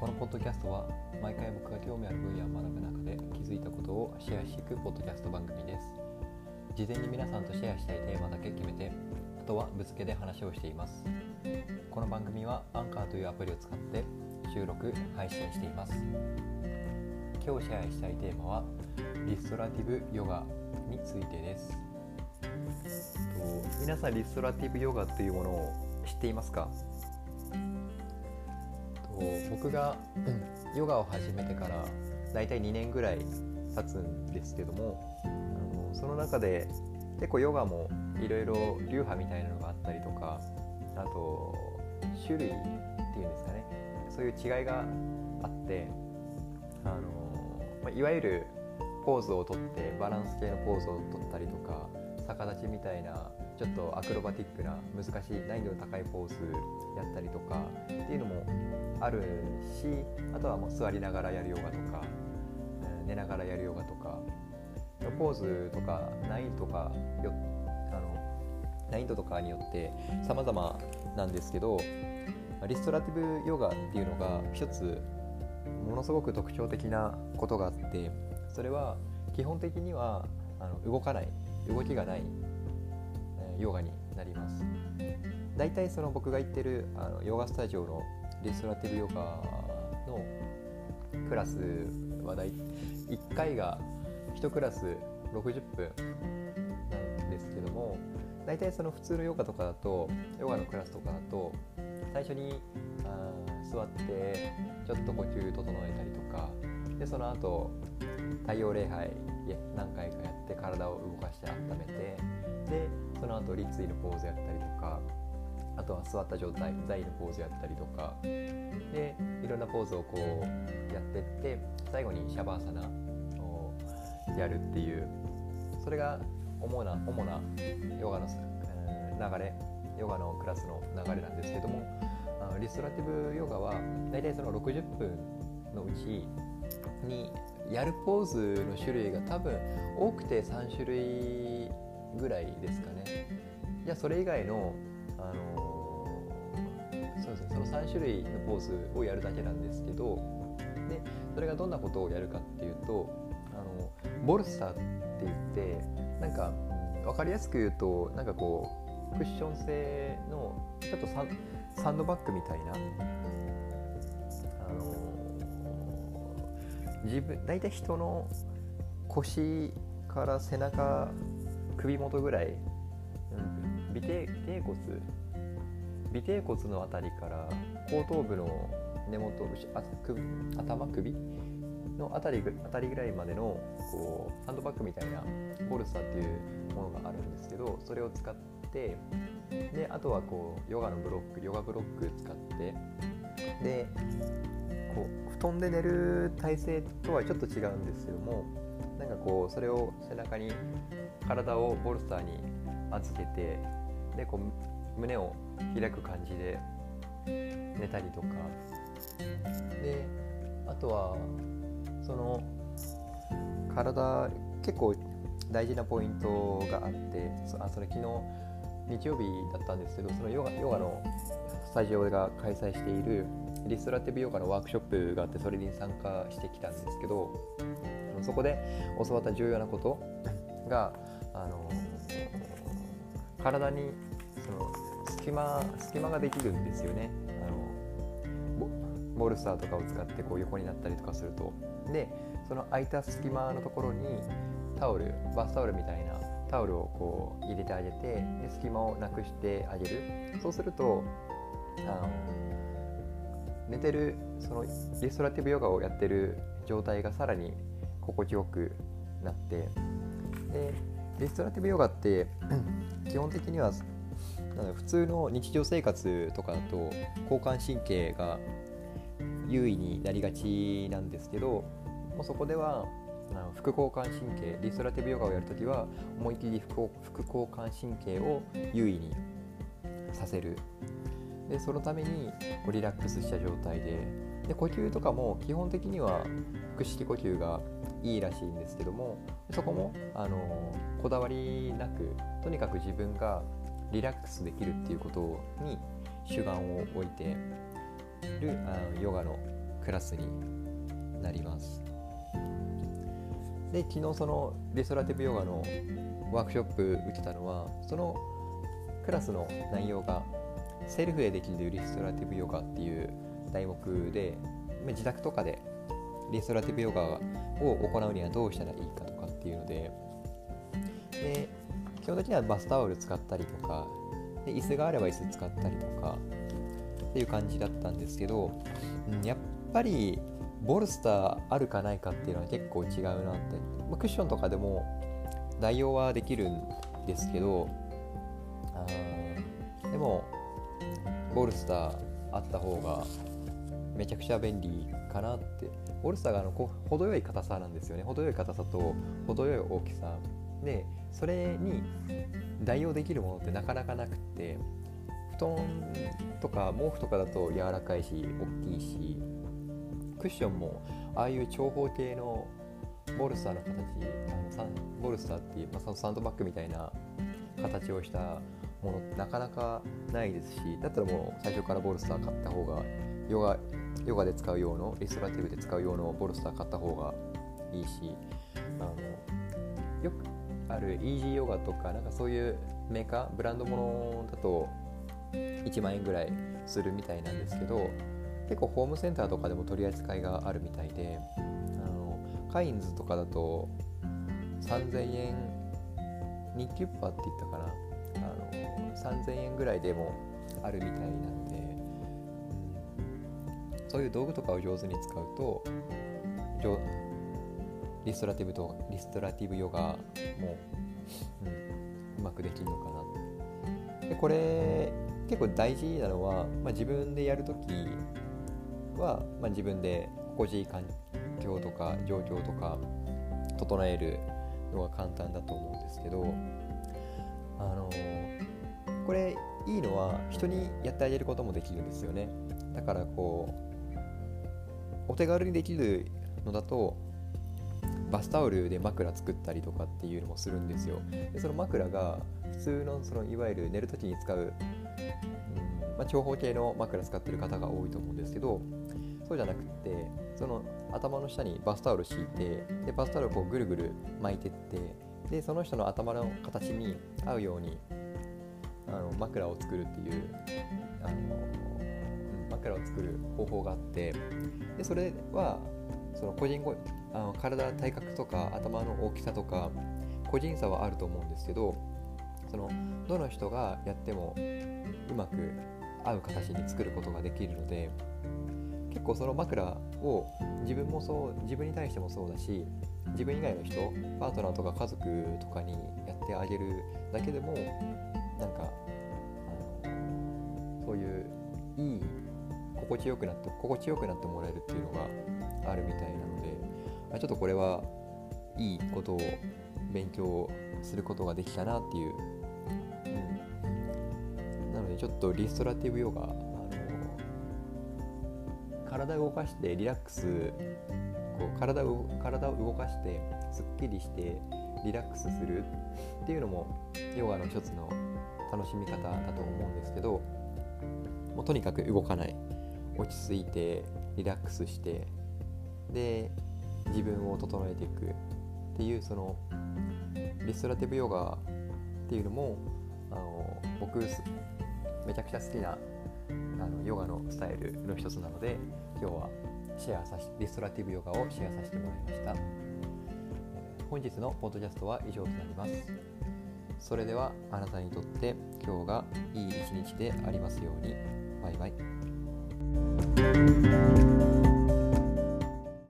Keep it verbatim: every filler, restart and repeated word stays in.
このポッドキャストは毎回僕が興味ある分野を学ぶ中で気づいたことをシェアしていくポッドキャスト番組です。事前に皆さんとシェアしたいテーマだけ決めて、あとはぶつけで話をしています。この番組はアンカーというアプリを使って収録・配信しています。今日シェアしたいテーマはリストラティブヨガについてです。皆さんリストラティブヨガというものを知っていますか？僕がヨガを始めてからだいたいにねんぐらい経つんですけども、あのその中で結構ヨガもいろいろ流派みたいなのがあったりとか、あと種類っていうんですかね、そういう違いがあって、あの、まあ、いわゆるポーズをとってバランス系のポーズをとったりとか、逆立ちみたいなちょっとアクロバティックな難しい難易度の高いポーズやったりとかっていうのもあるし、あとはもう座りながらやるヨガとか、寝ながらやるヨガとか、ポーズとか難易度とかよあの難易度とかによって様々なんですけど、リストラティブヨガっていうのが一つものすごく特徴的なことがあって、それは基本的にはあの動かない動きがないヨガになります。だいたいその僕が行ってるあのヨガスタジオのリストラティブヨガのクラスはだいいっかいがいちクラスろくじゅっぷんなんですけども、だいたいその普通のヨガとかだとヨガのクラスとかだと最初にあ座ってちょっと呼吸整えたりとかで、その後太陽礼拝何回かやって体を動かして温めて、でその後立位のポーズやったりとか、あとは座った状態座位のポーズやったりとかで、いろんなポーズをこうやってって最後にシャバーサナをやるっていう、それが主な主なヨガの流れヨガのクラスの流れなんですけども、あのリストラティブヨガはだいたいそのろくじゅっぷんのうちにやるポーズの種類が多分多くてさんしゅるいぐらいですかね。じゃあそれ以外の、あのー、そうですね、そのさんしゅるいのポーズをやるだけなんですけど、でそれがどんなことをやるかっていうと、あのボルサって言ってなんか分かりやすく言うとなんかこうクッション製のちょっとサン、サンドバッグみたいな、あのー、自分だいたい人の腰から背中首元ぐらい、うん、尾て尾てい骨尾てい骨のあたりから後頭部の根元あ首頭首のあたりあたりぐらいまでのこうハンドバッグみたいなボルサっていうものがあるんですけど、それを使ってで、あとはこうヨガのブロックヨガブロック使ってでこう布団で寝る体勢とはちょっと違うんですけども、なんかこうそれを背中に体をボルサーに預けてでこう胸を開く感じで寝たりとかで、あとはその体結構大事なポイントがあって、あそれ昨日日曜日だったんですけど、そのヨガ、ヨガのスタジオが開催しているリストラティブヨガのワークショップがあって、それに参加してきたんですけど、そこで教わった重要なことが、あの体にその隙間隙間ができるんですよね。あの ボ, ボルスターとかを使ってこう横になったりとかすると、でその空いた隙間のところにタオルバスタオルみたいなタオルをこう入れてあげて、で隙間をなくしてあげる。そうするとあの寝てるそのリストラティブヨガをやってる状態がさらに心地よくなって、でリストラティブヨガって基本的には普通の日常生活とかだと交感神経が優位になりがちなんですけど、もうそこでは副交感神経リストラティブヨガをやるときは思い切り副交感神経を優位にさせる。でそのためにリラックスした状態で、で呼吸とかも基本的には腹式呼吸がいいらしいんですけども、そこもあのこだわりなくとにかく自分がリラックスできるっていうことに主眼を置いてるあのヨガのクラスになります。で、昨日そのリストラティブヨガのワークショップ受けたのは、そのクラスの内容がセルフでできるリストラティブヨガっていう題目で、自宅とかでリストラティブヨガを行うにはどうしたらいいかとかっていうので、で基本的にはバスタオル使ったりとか、で椅子があれば椅子使ったりとかっていう感じだったんですけど、うん、やっぱりボルスターあるかないかっていうのは結構違うなって、まあ、クッションとかでも代用はできるんですけど、あでもボルスターあった方がめちゃくちゃ便利かなって。ボルスターがあのこう程よい硬さなんですよね。程よい硬さと程よい大きさで、それに代用できるものってなかなかなくって、布団とか毛布とかだと柔らかいし大きいし、クッションもああいう長方形のボルスターの形、あのサンボルスターっていう、まあ、そのサンドバッグみたいな形をしたものってなかなかないですし、だったらもう最初からボルスター買った方が、ヨガ、ヨガで使う用のリストラティブで使う用のボルスター買った方がいいし、あのよくあるイージーヨガとか、なんかそういうメーカーブランドものだといちまんえんぐらいするみたいなんですけど、結構ホームセンターとかでも取り扱いがあるみたいで、あのカインズとかだとさんぜんえんにキュッパって言ったかな、あのさんぜんえんぐらいでもあるみたいなんで、うん、そういう道具とかを上手に使うとリストラティブとリストラティブヨガも、うん、うまくできるのかな。でこれ結構大事なのは、まあ、自分でやるときは、まあ、自分で心地いい環境とか状況とか整えるのが簡単だと思うんですけど、あのこれいいのは人にやってあげることもできるんですよね。だからこうお手軽にできるのだと、バスタオルで枕作ったりとかっていうのもするんですよ。でその枕が普通の、そのいわゆる寝るときに使う、うんまあ、長方形の枕使ってる方が多いと思うんですけど、そうじゃなくって、その頭の下にバスタオル敷いて、でバスタオルをこうぐるぐる巻いてって、でその人の頭の形に合うようにあの枕を作るっていうあの、うん、枕を作る方法があって、でそれはその個人ごあの体体格とか頭の大きさとか個人差はあると思うんですけど、そのどの人がやってもうまく合う形に作ることができるので、結構その枕を自分もそう自分に対してもそうだし、自分以外の人、パートナーとか家族とかにやってあげるだけでも、なんかあのそういういい心地よくなって心地よくなってもらえるっていうのがあるみたいなので、ちょっとこれはいいことを勉強することができたなっていう、うん、なのでちょっとリストラティブヨガ、あの体を動かしてリラックスこう 体を体を動かしてすっきりしてリラックスするっていうのもヨガの一つの楽しみ方だと思うんですけど、もうとにかく動かない、落ち着いてリラックスして、で自分を整えていくっていう、そのリストラティブヨガっていうのもあの僕めちゃくちゃ好きなあのヨガのスタイルの一つなので、今日はシェアさしリストラティブヨガをシェアさせてもらいました。本日のポッドキャストは以上となります。それではあなたにとって今日がいい一日でありますように。バイバイ。